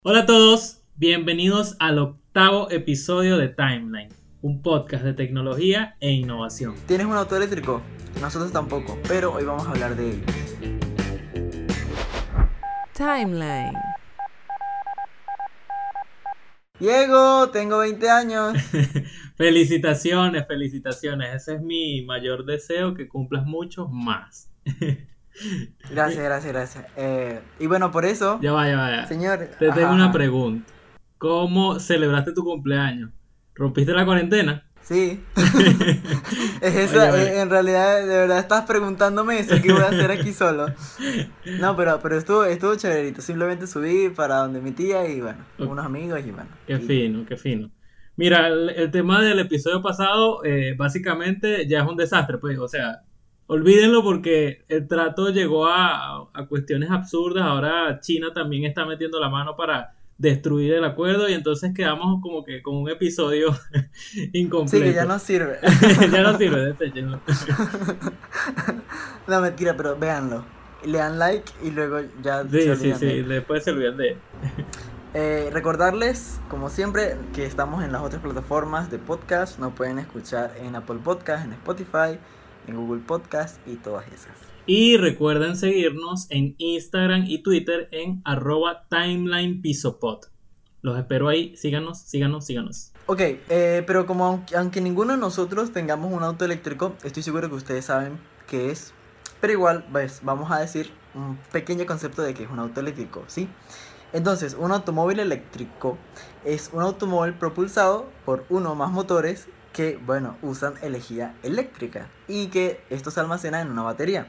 Hola a todos, bienvenidos al octavo episodio de Timeline, un podcast de tecnología e innovación. ¿Tienes un auto eléctrico? Nosotros tampoco, pero hoy vamos a hablar de ello. Timeline. Diego, tengo 20 años. Felicitaciones, ese es mi mayor deseo, que cumplas muchos más. Gracias. Y bueno, por eso, Ya va. señor... Te tengo ajá. una pregunta. ¿Cómo celebraste tu cumpleaños? ¿Rompiste la cuarentena? Sí. Es esa, Oye. en realidad, de verdad estás preguntándome eso, ¿qué voy a hacer aquí solo? No, pero estuvo chéverito. Simplemente subí para donde mi tía y bueno, unos amigos y bueno. Qué fino. Mira, el tema del episodio pasado básicamente ya es un desastre, pues, o sea, olvídenlo porque el trato llegó a cuestiones absurdas. Ahora China también está metiendo la mano para destruir el acuerdo y entonces quedamos como que con un episodio incompleto. Sí, que ya no sirve. Ya no sirve, deséchenlo. No, mentira, pero véanlo. Le dan like y luego ya se olvidan de él. Después se olvidan de él. Recordarles, como siempre, que estamos en las otras plataformas de podcast. Nos pueden escuchar en Apple Podcast, en Spotify, en Google Podcast y todas esas. Y recuerden seguirnos en Instagram y Twitter en @timelinepisopod. Los espero ahí, síganos. Ok, pero como aunque ninguno de nosotros tengamos un auto eléctrico, estoy seguro que ustedes saben qué es. Pero igual, pues, vamos a decir un pequeño concepto de qué es un auto eléctrico, ¿sí? Entonces, un automóvil eléctrico es un automóvil propulsado por uno o más motores que, bueno, usan energía eléctrica y que esto se almacena en una batería.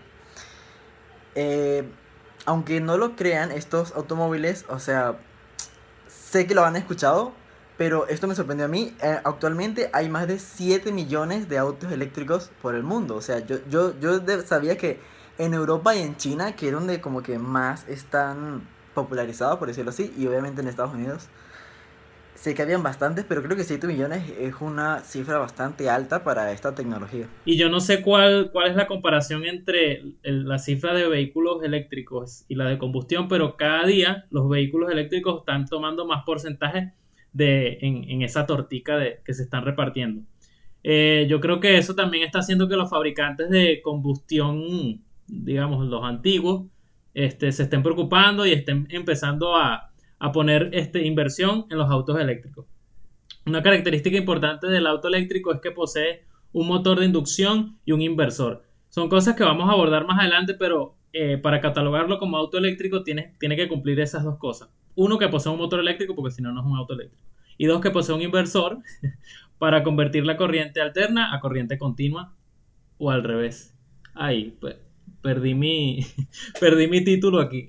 Aunque no lo crean, estos automóviles, o sea, sé que lo han escuchado, pero esto me sorprendió a mí. Actualmente hay más de 7 millones de autos eléctricos por el mundo. O sea, yo sabía que en Europa y en China, que es donde como que más están popularizados, por decirlo así, y obviamente en Estados Unidos, sé que habían bastantes, pero creo que 7 millones es una cifra bastante alta para esta tecnología. Y yo no sé cuál es la comparación entre la cifra de vehículos eléctricos y la de combustión, pero cada día los vehículos eléctricos están tomando más porcentaje en esa tortica que se están repartiendo. Yo creo que eso también está haciendo que los fabricantes de combustión, digamos los antiguos, se estén preocupando y estén empezando a poner inversión en los autos eléctricos. Una característica importante del auto eléctrico es que posee un motor de inducción y un inversor. Son cosas que vamos a abordar más adelante, pero para catalogarlo como auto eléctrico tiene que cumplir esas dos cosas. Uno, que posee un motor eléctrico, porque si no, no es un auto eléctrico. Y dos, que posee un inversor para convertir la corriente alterna a corriente continua o al revés. Ahí, pues, perdí mi título aquí.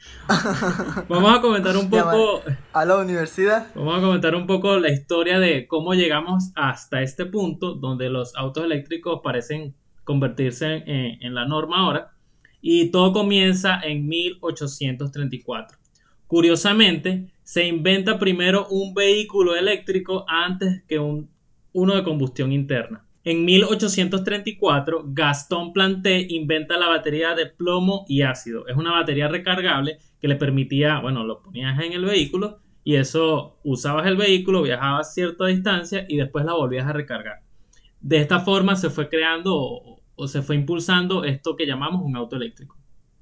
Vamos a comentar un poco a la universidad. Vamos a comentar un poco la historia de cómo llegamos hasta este punto donde los autos eléctricos parecen convertirse en la norma ahora. Y todo comienza en 1834. Curiosamente, se inventa primero un vehículo eléctrico antes que uno de combustión interna. En 1834, Gaston Planté inventa la batería de plomo y ácido. Es una batería recargable que le permitía, bueno, lo ponías en el vehículo y eso, usabas el vehículo, viajabas cierta distancia y después la volvías a recargar. De esta forma se fue creando o se fue impulsando esto que llamamos un auto eléctrico.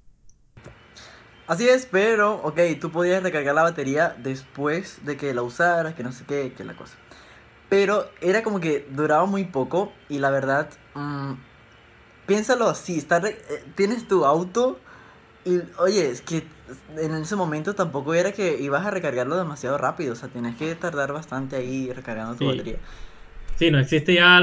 Así es, pero, ok, tú podías recargar la batería después de que la usaras, que no sé qué, que la cosa. Pero era como que duraba muy poco y la verdad, piénsalo así, tienes tu auto y, oye, es que en ese momento tampoco era que ibas a recargarlo demasiado rápido, o sea, tienes que tardar bastante ahí recargando tu batería. Sí, no existe ya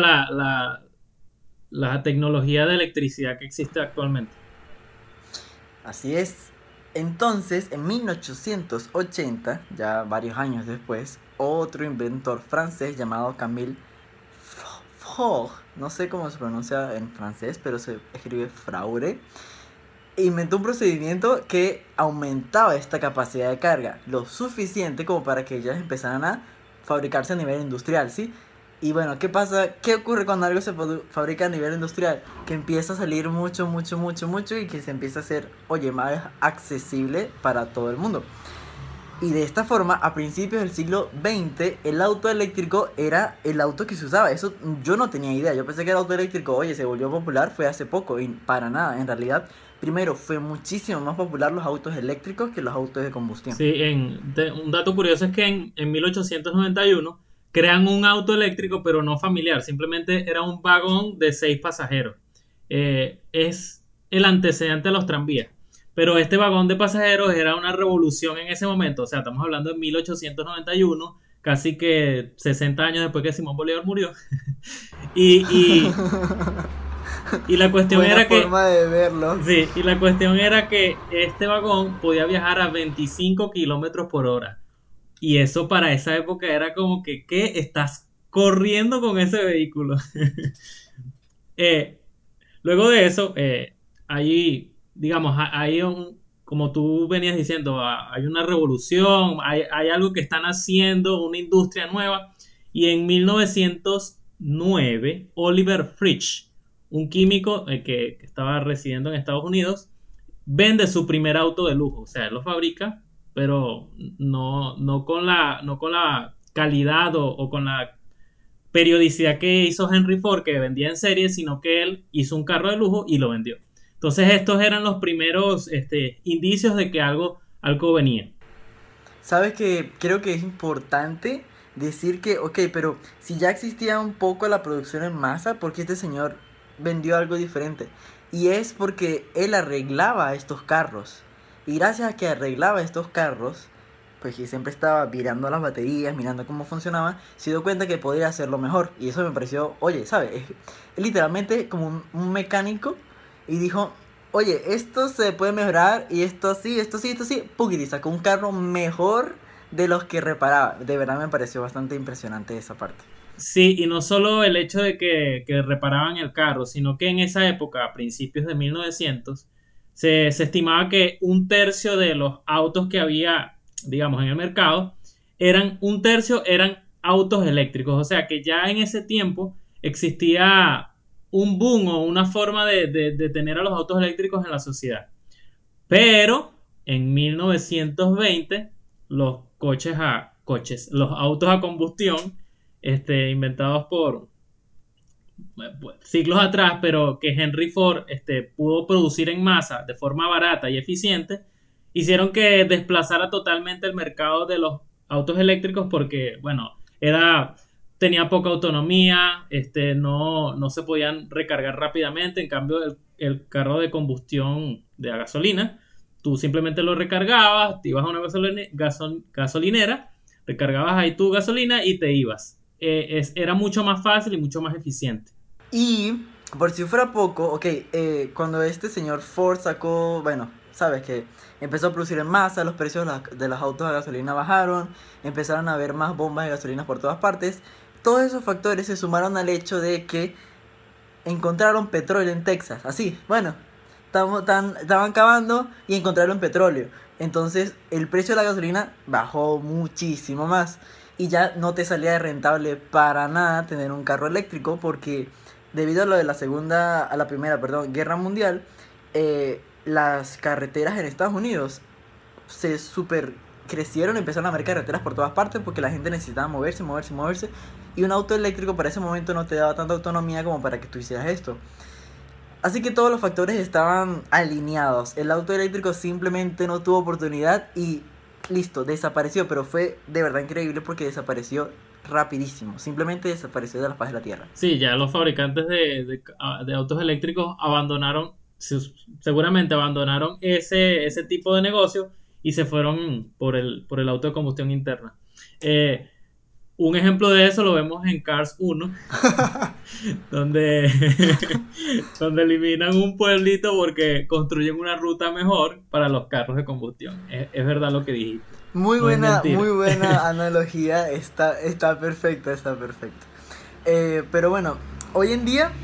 la tecnología de electricidad que existe actualmente. Así es. Entonces, en 1880, ya varios años después, otro inventor francés llamado Camille Faure, no sé cómo se pronuncia en francés, pero se escribe Fraure, inventó un procedimiento que aumentaba esta capacidad de carga, lo suficiente como para que ellas empezaran a fabricarse a nivel industrial, ¿sí? Y bueno, ¿qué pasa? ¿Qué ocurre cuando algo se fabrica a nivel industrial? Que empieza a salir mucho y que se empieza a hacer, oye, más accesible para todo el mundo. Y de esta forma, a principios del siglo XX, el auto eléctrico era el auto que se usaba. Eso yo no tenía idea. Yo pensé que el auto eléctrico, oye, se volvió popular, fue hace poco. Y para nada, en realidad, primero, fue muchísimo más popular los autos eléctricos que los autos de combustión. Sí, un dato curioso es que en 1891 crean un auto eléctrico, pero no familiar. Simplemente era un vagón de 6 pasajeros. Es el antecedente de los tranvías. Pero este vagón de pasajeros era una revolución en ese momento. O sea, estamos hablando de 1891, casi que 60 años después que Simón Bolívar murió. y, y, y la cuestión Buena era que... forma de verlo. Sí, y la cuestión era que este vagón podía viajar a 25 kilómetros por hora. Y eso para esa época era como que, ¿qué? Estás corriendo con ese vehículo. Luego de eso, hay, digamos, como tú venías diciendo, hay una revolución, hay algo que están haciendo, una industria nueva. Y en 1909, Oliver Fritsch, un químico que estaba residiendo en Estados Unidos, vende su primer auto de lujo. O sea, él lo fabrica, pero no con la calidad o con la periodicidad que hizo Henry Ford, que vendía en serie, sino que él hizo un carro de lujo y lo vendió. Entonces estos eran los primeros indicios de que algo venía. Sabes que creo que es importante decir que, ok, pero si ya existía un poco la producción en masa, ¿por qué este señor vendió algo diferente? Y es porque él arreglaba estos carros. Y gracias a que arreglaba estos carros, pues que siempre estaba mirando las baterías, mirando cómo funcionaba, se dio cuenta que podía hacerlo mejor. Y eso me pareció, oye, ¿sabes? Es literalmente como un mecánico y dijo, oye, esto se puede mejorar y esto sí, y sacó un carro mejor de los que reparaba. De verdad me pareció bastante impresionante esa parte. Sí, y no solo el hecho de que reparaban el carro, sino que en esa época, a principios de 1900, se estimaba que un tercio de los autos que había, digamos, en el mercado, un tercio eran autos eléctricos. O sea que ya en ese tiempo existía un boom o una forma de tener a los autos eléctricos en la sociedad. Pero en 1920 los los autos a combustión, inventados por siglos atrás, pero que Henry Ford pudo producir en masa de forma barata y eficiente, hicieron que desplazara totalmente el mercado de los autos eléctricos porque, bueno, tenía poca autonomía, no se podían recargar rápidamente. En cambio, el carro de combustión de gasolina, tú simplemente lo recargabas, te ibas a una gasolinera, recargabas ahí tu gasolina y te ibas. Era mucho más fácil y mucho más eficiente. Y por si fuera poco, ok, cuando este señor Ford sacó, bueno, sabes que empezó a producir en masa, los precios de los autos a gasolina bajaron, empezaron a haber más bombas de gasolina por todas partes. Todos esos factores se sumaron al hecho de que encontraron petróleo en Texas. Así, bueno, estaban cavando y encontraron petróleo. Entonces el precio de la gasolina bajó muchísimo más. Y ya no te salía de rentable para nada tener un carro eléctrico porque debido a lo de la primera guerra mundial, las carreteras en Estados Unidos se super crecieron, empezaron a haber carreteras por todas partes porque la gente necesitaba moverse. Y un auto eléctrico para ese momento no te daba tanta autonomía como para que tú hicieras esto. Así que todos los factores estaban alineados. El auto eléctrico simplemente no tuvo oportunidad y listo, desapareció. Pero fue de verdad increíble porque desapareció rapidísimo. Simplemente desapareció de la faz de la tierra. Sí, ya los fabricantes de autos eléctricos seguramente abandonaron ese tipo de negocio y se fueron por el auto de combustión interna. Un ejemplo de eso lo vemos en Cars 1, donde eliminan un pueblito porque construyen una ruta mejor para los carros de combustión. Es verdad lo que dijiste. Muy buena analogía, está perfecta. Pero bueno, hoy en día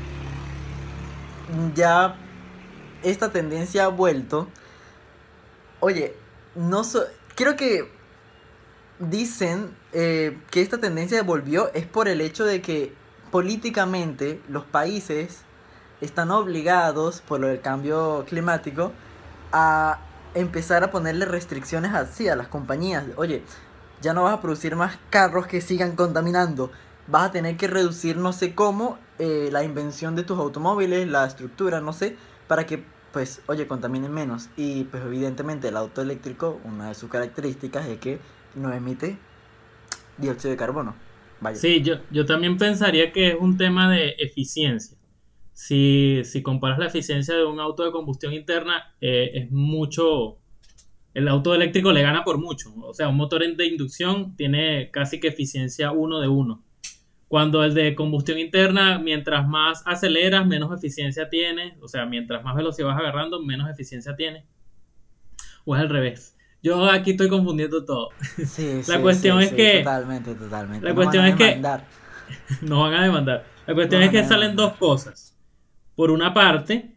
ya esta tendencia ha vuelto. Oye, creo que dicen que esta tendencia volvió es por el hecho de que políticamente los países están obligados por lo del cambio climático a empezar a ponerle restricciones así a las compañías. Oye, ya no vas a producir más carros que sigan contaminando. Vas a tener que reducir no sé cómo la invención de tus automóviles, la estructura, no sé, para que, pues, oye, contaminen menos. Y pues evidentemente el auto eléctrico, una de sus características es que no emite dióxido de carbono. Vaya. Sí, yo también pensaría que es un tema de eficiencia. Si comparas la eficiencia de un auto de combustión interna, es mucho, el auto eléctrico le gana por mucho. O sea, un motor de inducción tiene casi que eficiencia uno de uno. Cuando el de combustión interna, mientras más aceleras, menos eficiencia tiene. O sea, mientras más velocidad vas agarrando, menos eficiencia tiene. O es al revés. Yo aquí estoy confundiendo todo. Sí, La sí, cuestión sí, es sí, que, totalmente, totalmente. la Nos van cuestión a es que demandar, nos van a demandar. La nos cuestión es van a que salen demandar. dos cosas. Por una parte,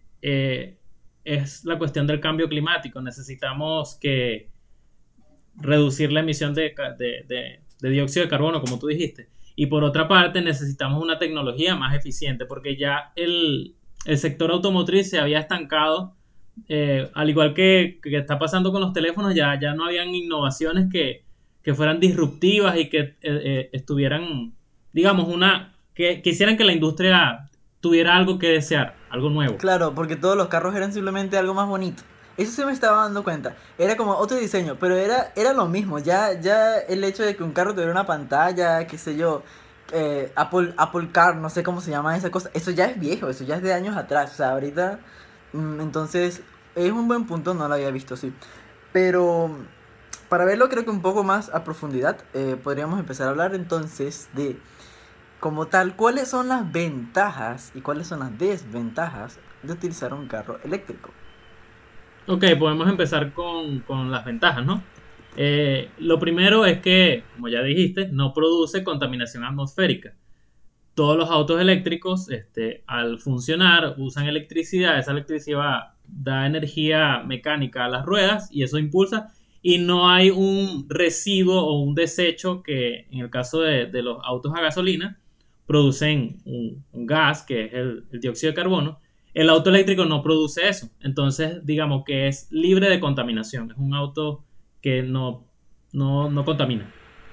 es la cuestión del cambio climático. Necesitamos que reducir la emisión de dióxido de carbono, como tú dijiste. Y por otra parte, necesitamos una tecnología más eficiente, porque ya el sector automotriz se había estancado, al igual que está pasando con los teléfonos, ya no habían innovaciones que fueran disruptivas y que estuvieran, digamos, que hicieran que la industria tuviera algo que desear, algo nuevo. Claro, porque todos los carros eran simplemente algo más bonito. Eso se me estaba dando cuenta. Era como otro diseño, pero era lo mismo. Ya el hecho de que un carro tuviera una pantalla, qué sé yo, Apple Car, no sé cómo se llama esa cosa. Eso ya es viejo, eso ya es de años atrás. O sea, ahorita, entonces, es un buen punto, no lo había visto así. Pero para verlo creo que un poco más a profundidad, podríamos empezar a hablar entonces de, como tal, cuáles son las ventajas y cuáles son las desventajas de utilizar un carro eléctrico. Ok, podemos empezar con las ventajas, ¿no? Lo primero es que, como ya dijiste, no produce contaminación atmosférica. Todos los autos eléctricos, al funcionar, usan electricidad. Esa electricidad da energía mecánica a las ruedas y eso impulsa. Y no hay un residuo o un desecho que, en el caso de los autos a gasolina, producen un gas que es el dióxido de carbono. El auto eléctrico no produce eso. Entonces, digamos que es libre de contaminación. Es un auto que no contamina.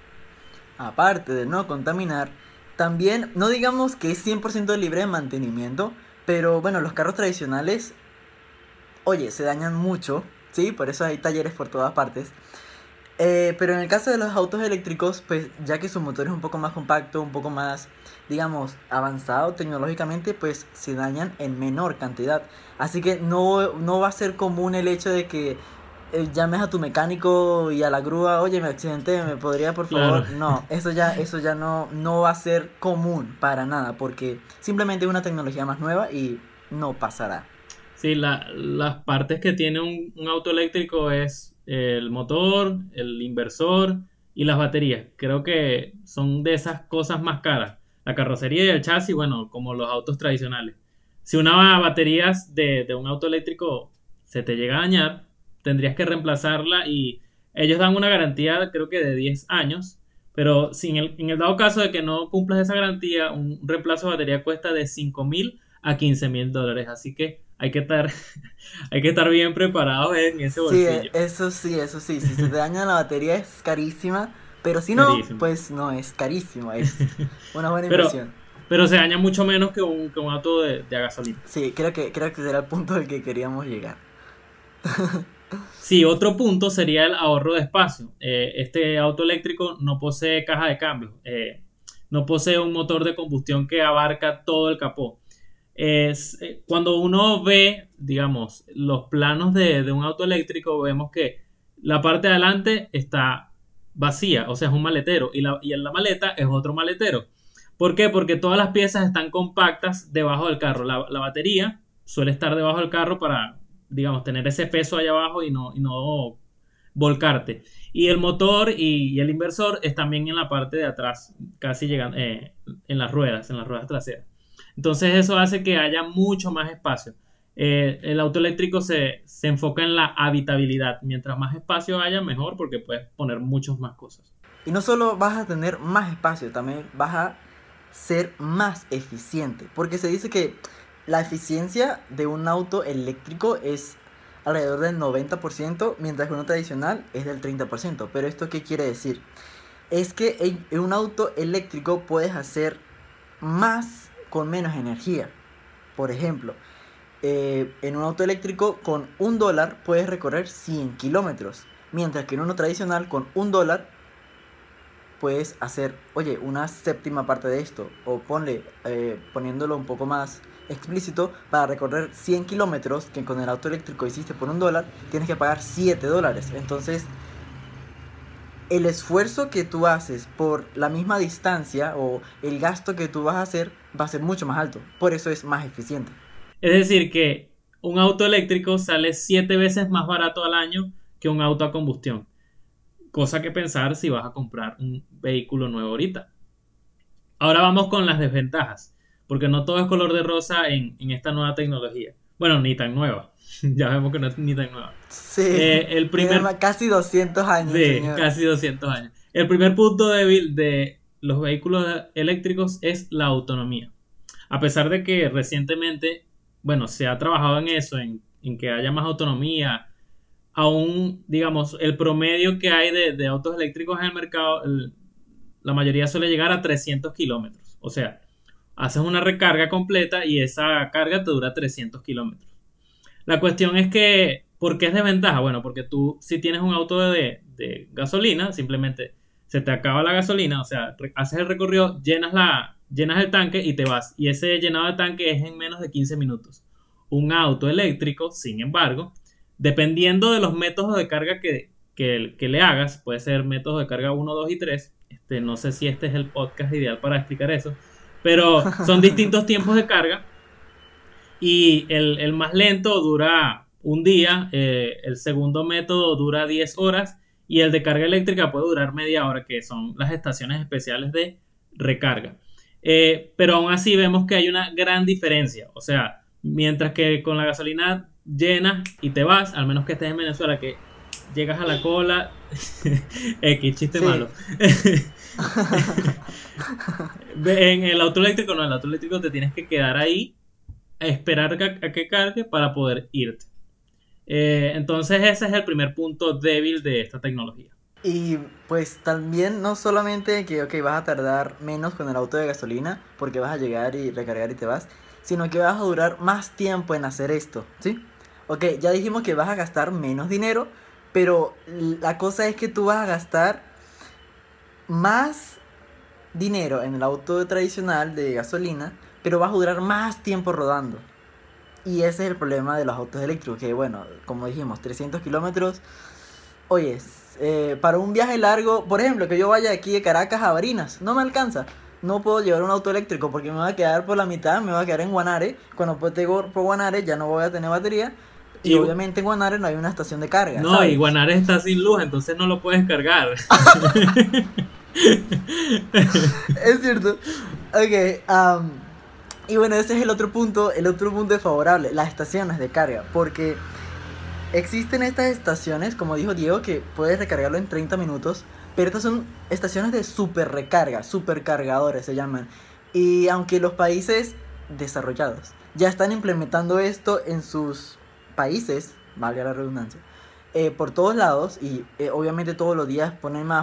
Aparte de no contaminar, también, no digamos que es 100% libre de mantenimiento, pero bueno, los carros tradicionales, oye, se dañan mucho, ¿sí? Por eso hay talleres por todas partes. Pero en el caso de los autos eléctricos, pues ya que su motor es un poco más compacto, un poco más, digamos, avanzado tecnológicamente, pues se dañan en menor cantidad. Así que no va a ser común el hecho de que llames a tu mecánico y a la grúa, oye, me accidenté, ¿me podría por Claro. favor? No, eso ya no va a ser común para nada, porque simplemente es una tecnología más nueva y no pasará. Sí, las partes que tiene un auto eléctrico es el motor, el inversor y las baterías. Creo que son de esas cosas más caras. La carrocería y el chasis, bueno, como los autos tradicionales. Si una batería de un auto eléctrico se te llega a dañar, tendrías que reemplazarla y ellos dan una garantía, creo que de 10 años, pero si en el dado caso de que no cumplas esa garantía, un reemplazo de batería cuesta de 5.000 a $15.000. Así que hay que estar, hay que estar bien preparados en ese Sí, bolsillo. eso sí, si se te daña la batería es carísima, pero si no, Carísimo. pues no es carísimo, es una buena Pero, inversión. pero se daña mucho menos que un auto de a gasolina. Sí, creo que era el punto al que queríamos llegar. Sí, otro punto sería el ahorro de espacio. Este auto eléctrico no posee caja de cambios, no posee un motor de combustión que abarca todo el capó. Cuando uno ve, digamos, los planos de un auto eléctrico, vemos que la parte de adelante está vacía, o sea, es un maletero, y en la maleta es otro maletero. ¿Por qué? Porque todas las piezas están compactas debajo del carro. La batería suele estar debajo del carro para, digamos, tener ese peso allá abajo y no volcarte. Y el motor y el inversor están bien en la parte de atrás, casi llegando en las ruedas traseras. Entonces eso hace que haya mucho más espacio. El auto eléctrico se enfoca en la habitabilidad. Mientras más espacio haya, mejor porque puedes poner muchas más cosas. Y no solo vas a tener más espacio, también vas a ser más eficiente, porque se dice que la eficiencia de un auto eléctrico es alrededor del 90%, mientras que uno tradicional es del 30%. Pero ¿esto qué quiere decir? Es que en un auto eléctrico puedes hacer más con menos energía. Por ejemplo, en un auto eléctrico con $1 puedes recorrer 100 kilómetros, mientras que en uno tradicional con $1 puedes hacer, oye, una séptima parte de esto, o poniéndolo un poco más explícito, para recorrer 100 kilómetros que con el auto eléctrico hiciste por $1, tienes que pagar $7. Entonces, el esfuerzo que tú haces por la misma distancia o el gasto que tú vas a hacer va a ser mucho más alto. Por eso es más eficiente. Es decir, que un auto eléctrico sale 7 veces más barato al año que un auto a combustión. Cosa que pensar si vas a comprar un vehículo nuevo ahorita. Ahora vamos con las desventajas, porque no todo es color de rosa en esta nueva tecnología. Bueno, ni tan nueva. Ya vemos que no es ni tan nueva. Sí, tiene casi 200 años, sí, señor. Casi 200 años. El primer punto débil de los vehículos eléctricos es la autonomía. A pesar de que recientemente, bueno, se ha trabajado en eso, en que haya más autonomía, aún, digamos, el promedio que hay de autos eléctricos en el mercado, la mayoría suele llegar a 300 kilómetros. O sea, haces una recarga completa y esa carga te dura 300 kilómetros. La cuestión es que, ¿por qué es desventaja? Bueno, porque tú, si tienes un auto de gasolina, simplemente se te acaba la gasolina, o sea, haces el recorrido, llenas el tanque y te vas. Y ese llenado de tanque es en menos de 15 minutos. Un auto eléctrico, sin embargo, dependiendo de los métodos de carga que le hagas, puede ser métodos de carga 1, 2 y 3. No sé si este es el podcast ideal para explicar eso, pero son distintos tiempos de carga. Y el más lento dura un día, el segundo método dura 10 horas y el de carga eléctrica puede durar media hora, que son las estaciones especiales de recarga. Pero aún así vemos que hay una gran diferencia. O sea, mientras que con la gasolina llenas y te vas, al menos que estés en Venezuela, que llegas a la cola, X, chiste malo. En el auto eléctrico no, en el auto eléctrico te tienes que quedar ahí a esperar a que cargue para poder irte. Entonces ese es el primer punto débil de esta tecnología. Y pues también no solamente que vas a tardar menos con el auto de gasolina porque vas a llegar y recargar y te vas, sino que vas a durar más tiempo en hacer esto, ¿sí? Ok, ya dijimos que vas a gastar menos dinero, pero la cosa es que tú vas a gastar más dinero en el auto tradicional de gasolina, pero vas a durar más tiempo rodando. Y ese es el problema de los autos eléctricos, que bueno, como dijimos, 300 kilómetros. Oye, para un viaje largo, por ejemplo, que yo vaya aquí de Caracas a Barinas, no me alcanza. No puedo llevar un auto eléctrico porque me va a quedar por la mitad, me va a quedar en Guanare. Cuando llego por Guanare ya no voy a tener batería. Y obviamente en Guanare no hay una estación de carga. No, ¿sabes? Y Guanare está sin luz, entonces no lo puedes cargar. Es cierto. Ok, y bueno, ese es el otro punto desfavorable, las estaciones de carga. Porque existen estas estaciones, como dijo Diego, que puedes recargarlo en 30 minutos. Pero estas son estaciones de super recarga, supercargadores se llaman. Y aunque los países desarrollados ya están implementando esto en sus países, valga la redundancia, por todos lados, y obviamente todos los días ponen más,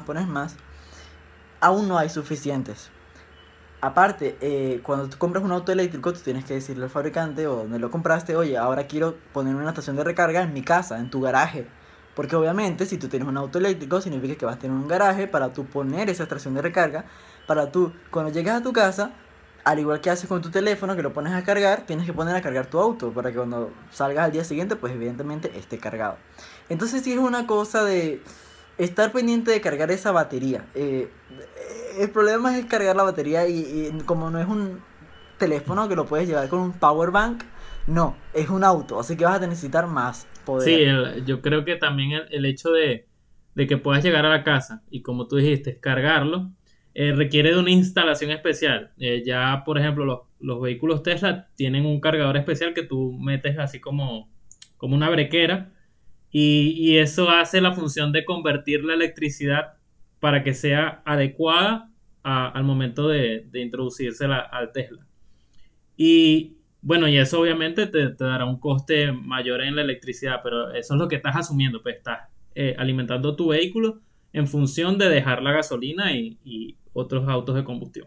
aún no hay suficientes. Aparte, cuando tú compras un auto eléctrico, tú tienes que decirle al fabricante o donde lo compraste, oye, ahora quiero poner una estación de recarga en mi casa, en tu garaje. Porque obviamente si tú tienes un auto eléctrico, significa que vas a tener un garaje para tú poner esa estación de recarga. Para tú, cuando llegas a tu casa, al igual que haces con tu teléfono, que lo pones a cargar, tienes que poner a cargar tu auto para que cuando salgas al día siguiente, pues evidentemente esté cargado. Entonces sí es una cosa de estar pendiente de cargar esa batería. El problema es cargar la batería y como no es un teléfono que lo puedes llevar con un power bank, no, es un auto, así que vas a necesitar más poder. Sí, yo creo que también el hecho de que puedas llegar a la casa y, como tú dijiste, cargarlo, requiere de una instalación especial. Ya, por ejemplo, los vehículos Tesla tienen un cargador especial que tú metes así como una brequera y eso hace la función de convertir la electricidad para que sea adecuada al momento de introducirse al Tesla. Y Bueno, y eso obviamente te dará un coste mayor en la electricidad, pero eso es lo que estás asumiendo, pues estás alimentando tu vehículo en función de dejar la gasolina y otros autos de combustión.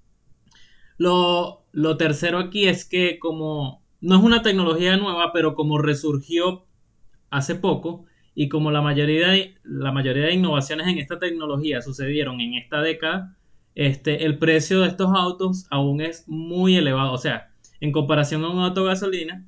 Lo tercero aquí es que como no es una tecnología nueva, pero como resurgió hace poco y como la mayoría de innovaciones en esta tecnología sucedieron en esta década, el precio de estos autos aún es muy elevado. O sea, en comparación a un auto gasolina,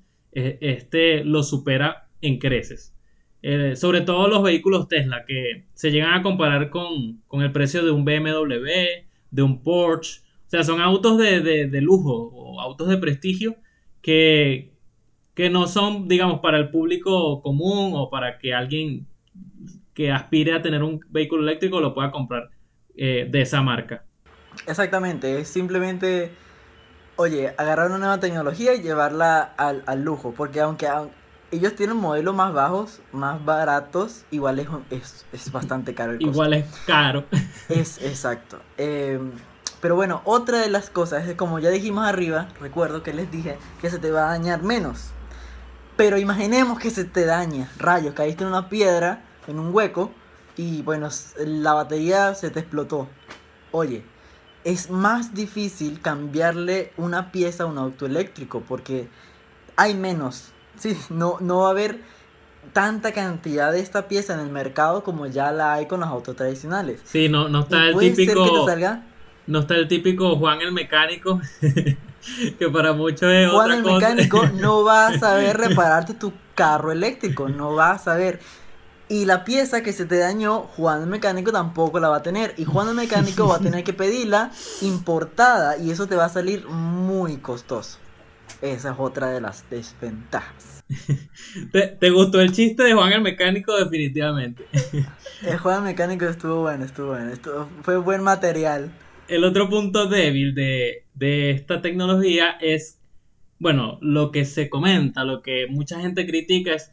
lo supera en creces. Sobre todo los vehículos Tesla, que se llegan a comparar con el precio de un BMW, de un Porsche. O sea, son autos de lujo o autos de prestigio que, que no son, digamos, para el público común o para que alguien que aspire a tener un vehículo eléctrico lo pueda comprar de esa marca. Exactamente, es simplemente, oye, agarrar una nueva tecnología y llevarla al lujo, porque ellos tienen modelos más bajos, más baratos, igual es bastante caro el costo. Igual es caro. Es exacto. Pero bueno, otra de las cosas es como ya dijimos arriba, recuerdo que les dije que se te va a dañar menos. Pero imaginemos que se te daña, rayos, caíste en una piedra, en un hueco, y bueno, la batería se te explotó. Oye, es más difícil cambiarle una pieza a un auto eléctrico porque hay menos. Sí, no va a haber tanta cantidad de esta pieza en el mercado como ya la hay con los autos tradicionales. Sí, no Y está el puede ser que te típico, salga no está el típico Juan el mecánico, que para muchos es Juan otra el cosa. mecánico, no va a saber repararte tu carro eléctrico, no va a saber. Y la pieza que se te dañó, Juan el mecánico tampoco la va a tener. Y Juan el mecánico va a tener que pedirla importada y eso te va a salir muy costoso. Esa es otra de las desventajas. ¿Te gustó el chiste de Juan el mecánico? Definitivamente. El Juan el mecánico estuvo bueno, fue buen material. El otro punto débil de esta tecnología es, bueno, lo que se comenta, lo que mucha gente critica es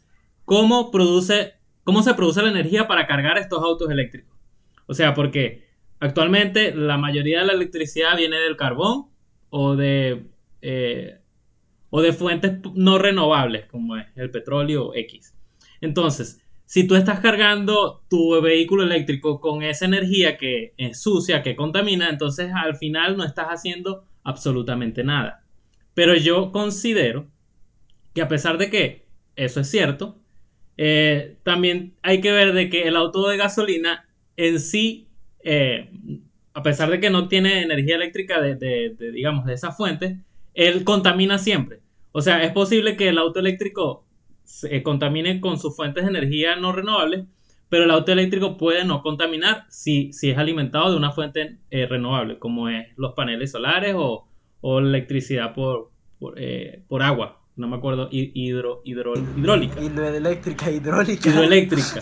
cómo se produce la energía para cargar estos autos eléctricos. O sea, porque actualmente la mayoría de la electricidad viene del carbón o eh, o de fuentes no renovables, como es el petróleo X. Entonces, si tú estás cargando tu vehículo eléctrico con esa energía que es sucia, que contamina, entonces al final no estás haciendo absolutamente nada. Pero yo considero que a pesar de que eso es cierto, también hay que ver de que el auto de gasolina en sí, a pesar de que no tiene energía eléctrica digamos, de esa fuente, él contamina siempre. O sea, es posible que el auto eléctrico contamine con sus fuentes de energía no renovables, pero el auto eléctrico puede no contaminar si es alimentado de una fuente renovable, como es los paneles solares o electricidad por agua. No me acuerdo, hidráulica. Hidroeléctrica, hidráulica. Hidroeléctrica.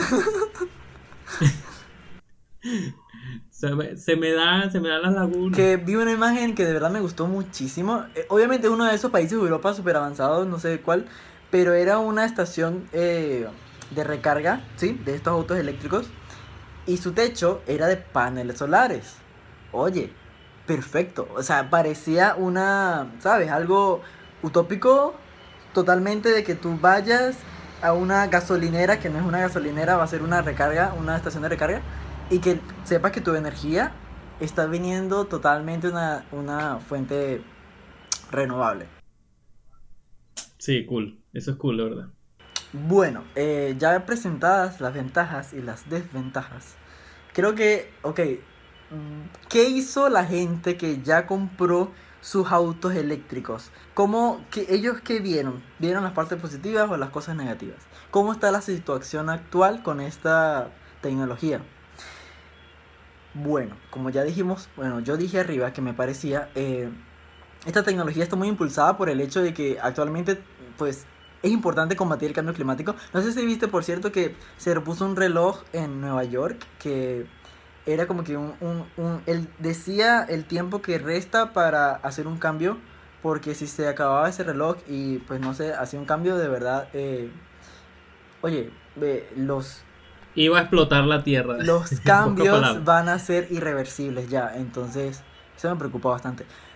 Se me dan las lagunas. Que vi una imagen que de verdad me gustó muchísimo. Obviamente es uno de esos países de Europa súper avanzados, no sé cuál, pero era una estación de recarga, ¿sí? De estos autos eléctricos. Y su techo era de paneles solares. Oye, perfecto. O sea, parecía ¿sabes? Algo utópico totalmente de que tú vayas a una gasolinera, que no es una gasolinera, va a ser una recarga, una estación de recarga, y que sepas que tu energía está viniendo totalmente una fuente renovable. Sí, cool. Eso es cool, la verdad. Bueno, ya presentadas las ventajas y las desventajas, creo que, ok, ¿qué hizo la gente que ya compró sus autos eléctricos? ¿Ellos qué vieron? ¿Vieron las partes positivas o las cosas negativas? ¿Cómo está la situación actual con esta tecnología? Bueno, como ya dijimos, yo dije arriba que me parecía, esta tecnología está muy impulsada por el hecho de que actualmente, pues, es importante combatir el cambio climático. No sé si viste, por cierto, que se repuso un reloj en Nueva York que era como que él decía el tiempo que resta para hacer un cambio, porque si se acababa ese reloj y pues no sé, hacía un cambio de verdad, oye, Iba a explotar la tierra. los cambios van a ser irreversibles ya, entonces eso me preocupa bastante.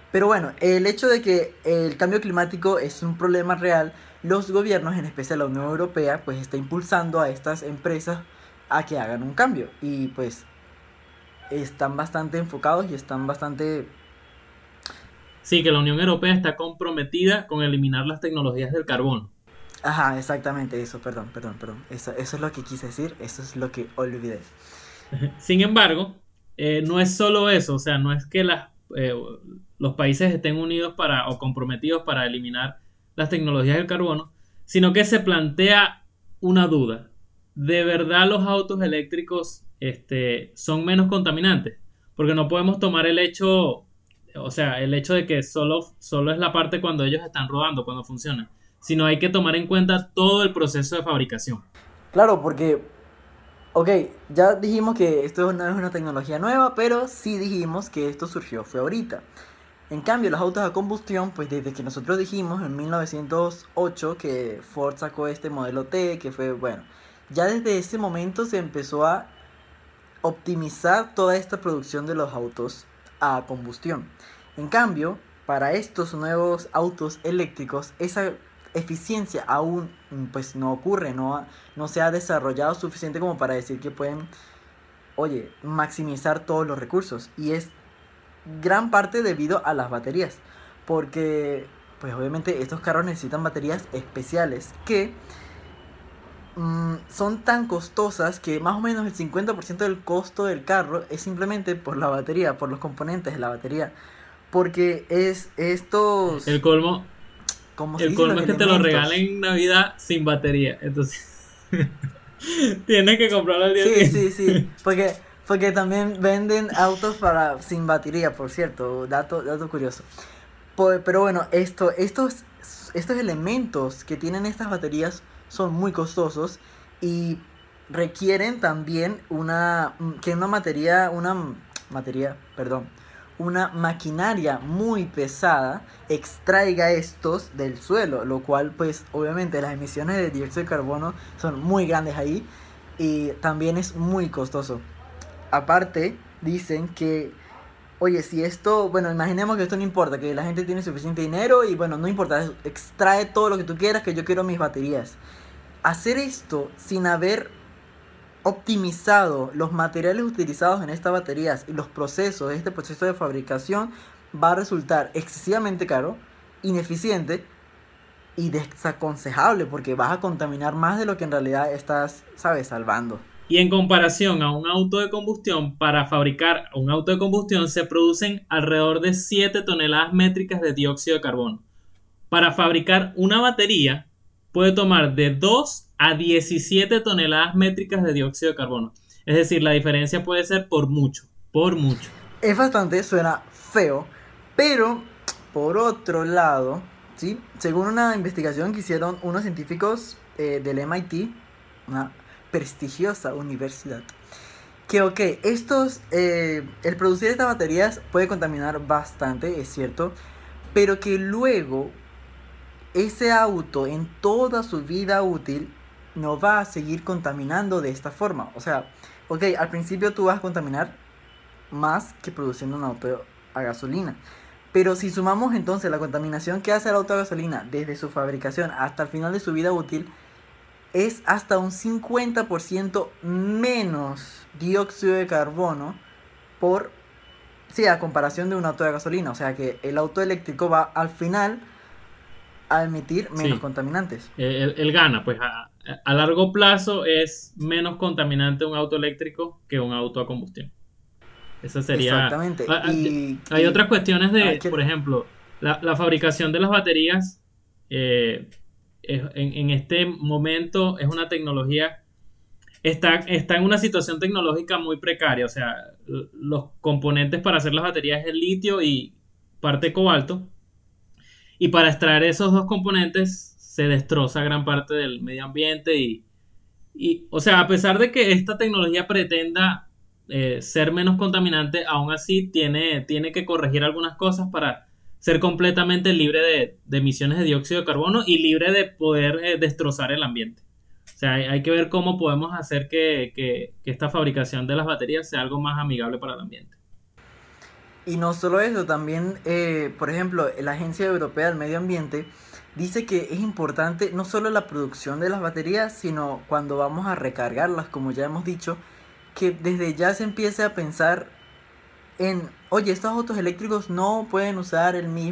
Pero bueno, el hecho de que el cambio climático es un problema real, los gobiernos, en especial la Unión Europea, pues está impulsando a estas empresas a que hagan un cambio. Y pues están bastante enfocados y están bastante... Sí, que la Unión Europea está comprometida con eliminar las tecnologías del carbono. Ajá, exactamente eso, perdón. Eso es lo que quise decir, eso es lo que olvidé. Sin embargo, no es solo eso, o sea, no es que los países estén unidos o comprometidos para eliminar las tecnologías del carbono, sino que se plantea una duda. ¿De verdad los autos eléctricos son menos contaminantes? Porque no podemos tomar el hecho, o sea, el hecho de que solo es la parte cuando ellos están rodando, cuando funcionan, sino hay que tomar en cuenta todo el proceso de fabricación. Claro, porque, ok, ya dijimos que esto no es una tecnología nueva, pero sí dijimos que esto surgió fue ahorita. En cambio, los autos a combustión, pues desde que nosotros dijimos en 1908 que Ford sacó este modelo T, que fue, bueno, ya desde ese momento se empezó a optimizar toda esta producción de los autos a combustión. En cambio, para estos nuevos autos eléctricos, esa eficiencia aún pues no ocurre, no se ha desarrollado suficiente como para decir que pueden, oye, maximizar todos los recursos. Y es gran parte debido a las baterías, porque pues obviamente estos carros necesitan baterías especiales que son tan costosas que más o menos el 50% del costo del carro es simplemente por la batería, por los componentes de la batería, porque es El estos, colmo, ¿cómo se el dice? Los colmo es que te lo regalen elementos. en Navidad sin batería. Entonces, tienes que comprarlo al día Sí, sí, sí, siguiente. porque también venden autos para sin batería, por cierto, dato curioso. Pero bueno, estos elementos que tienen estas baterías son muy costosos y requieren también que una maquinaria muy pesada extraiga estos del suelo, lo cual pues obviamente las emisiones de dióxido de carbono son muy grandes ahí y también es muy costoso. Aparte, dicen que, oye, si esto, bueno, imaginemos que esto no importa, que la gente tiene suficiente dinero y bueno, no importa, extrae todo lo que tú quieras, que yo quiero mis baterías. Hacer esto sin haber optimizado los materiales utilizados en estas baterías y los procesos, este proceso de fabricación, va a resultar excesivamente caro, ineficiente y desaconsejable porque vas a contaminar más de lo que en realidad estás, sabes, salvando. Y en comparación a un auto de combustión, para fabricar un auto de combustión se producen alrededor de 7 toneladas métricas de dióxido de carbono. Para fabricar una batería puede tomar de 2 a 17 toneladas métricas de dióxido de carbono. Es decir, la diferencia puede ser por mucho, por mucho. Es bastante, suena feo, pero por otro lado, ¿sí? Según una investigación que hicieron unos científicos del MIT, una prestigiosa universidad, que ok, el producir estas baterías puede contaminar bastante, es cierto, pero que luego ese auto en toda su vida útil no va a seguir contaminando de esta forma. O sea, ok, al principio tú vas a contaminar más que produciendo un auto a gasolina. Pero si sumamos entonces la contaminación que hace el auto a gasolina desde su fabricación hasta el final de su vida útil, es hasta un 50% menos dióxido de carbono por, sí, a comparación de un auto de gasolina. O sea que el auto eléctrico va al final a emitir menos Sí, contaminantes. él gana, pues a largo plazo es menos contaminante un auto eléctrico que un auto a combustión. Esa sería... Exactamente. Hay otras cuestiones por ¿Qué? ejemplo, la fabricación de las baterías en este momento es una tecnología, está en una situación tecnológica muy precaria, o sea, los componentes para hacer las baterías es el litio y parte cobalto, y para extraer esos dos componentes se destroza gran parte del medio ambiente o sea, a pesar de que esta tecnología pretenda ser menos contaminante, aún así tiene que corregir algunas cosas para ser completamente libre de emisiones de dióxido de carbono y libre de poder destrozar el ambiente. O sea, hay que ver cómo podemos hacer que esta fabricación de las baterías sea algo más amigable para el ambiente. Y no solo eso, también, por ejemplo, la Agencia Europea del Medio Ambiente dice que es importante no solo la producción de las baterías, sino cuando vamos a recargarlas, como ya hemos dicho, que desde ya se empiece a pensar en, oye, estos autos eléctricos no pueden usar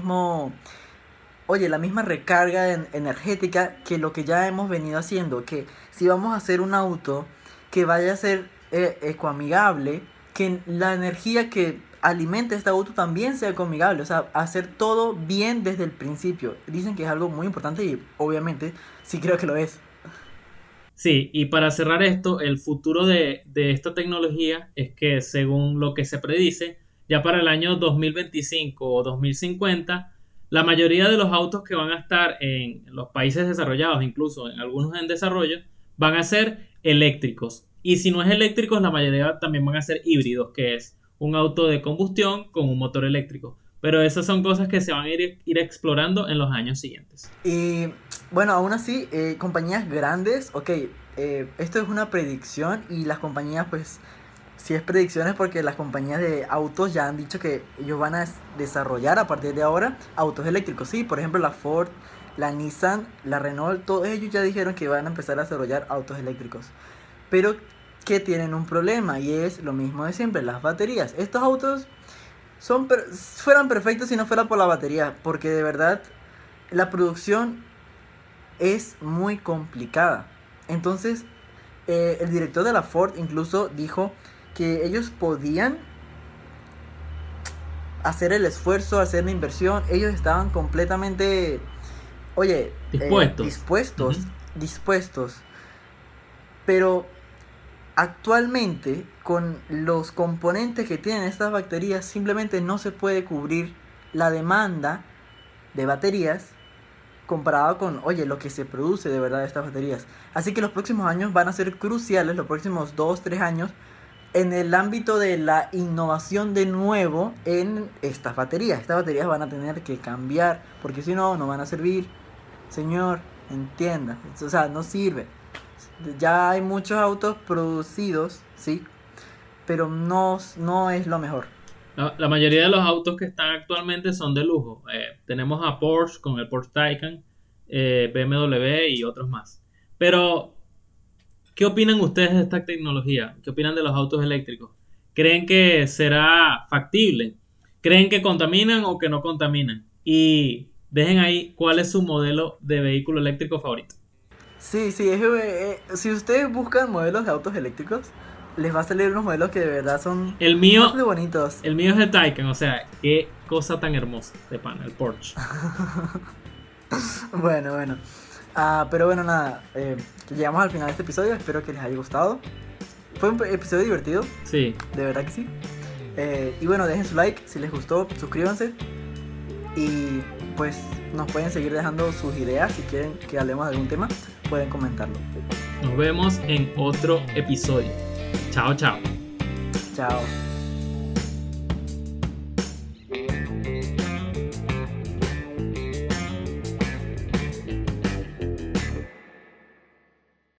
la misma recarga energética que lo que ya hemos venido haciendo, que si vamos a hacer un auto que vaya a ser ecoamigable, que la energía que alimente este auto también sea ecoamigable, o sea, hacer todo bien desde el principio. Dicen que es algo muy importante y obviamente sí creo que lo es. Sí, y para cerrar esto, el futuro de esta tecnología es que según lo que se predice, ya para el año 2025 o 2050, la mayoría de los autos que van a estar en los países desarrollados, incluso en algunos en desarrollo, van a ser eléctricos. Y si no es eléctricos, la mayoría también van a ser híbridos, que es un auto de combustión con un motor eléctrico. Pero esas son cosas que se van a ir explorando en los años siguientes. Y bueno, aún así, compañías grandes, ok, esto es una predicción y las compañías, pues, si es predicción es porque las compañías de autos ya han dicho que ellos van a desarrollar a partir de ahora autos eléctricos. Sí, por ejemplo, la Ford, la Nissan, la Renault, todos ellos ya dijeron que van a empezar a desarrollar autos eléctricos. Pero que tienen un problema y es lo mismo de siempre, las baterías. Estos autos fueran perfectos si no fuera por la batería, porque de verdad la producción es muy complicada. Entonces, el director de la Ford incluso dijo que ellos podían hacer el esfuerzo, hacer la inversión. Ellos estaban completamente, oye, Dispuestos. dispuestos. Pero actualmente, con los componentes que tienen estas baterías, simplemente no se puede cubrir la demanda de baterías comparado con, oye, lo que se produce de verdad de estas baterías. Así que los próximos años van a ser cruciales, los próximos 2-3 años, en el ámbito de la innovación de nuevo en estas baterías. Estas baterías van a tener que cambiar, porque si no, no van a servir. Señor, entienda, o sea, no sirve. Ya hay muchos autos producidos, sí, pero no es lo mejor. La mayoría de los autos que están actualmente son de lujo. Tenemos a Porsche con el Porsche Taycan, BMW y otros más. Pero, ¿qué opinan ustedes de esta tecnología? ¿Qué opinan de los autos eléctricos? ¿Creen que será factible? ¿Creen que contaminan o que no contaminan? Y dejen ahí cuál es su modelo de vehículo eléctrico favorito. Sí, si ustedes buscan modelos de autos eléctricos, les va a salir unos modelos que de verdad son El mío, muy bonitos. el mío es el Taycan, o sea, qué cosa tan hermosa de pana, el Porsche. Bueno. Pero bueno, nada, llegamos al final de este episodio, espero que les haya gustado. Fue un episodio divertido, Sí, de verdad que sí. Y bueno, dejen su like si les gustó, suscríbanse. Y pues nos pueden seguir dejando sus ideas, si quieren que hablemos de algún tema, pueden comentarlo. nos vemos en otro episodio. Chao, chao. Chao.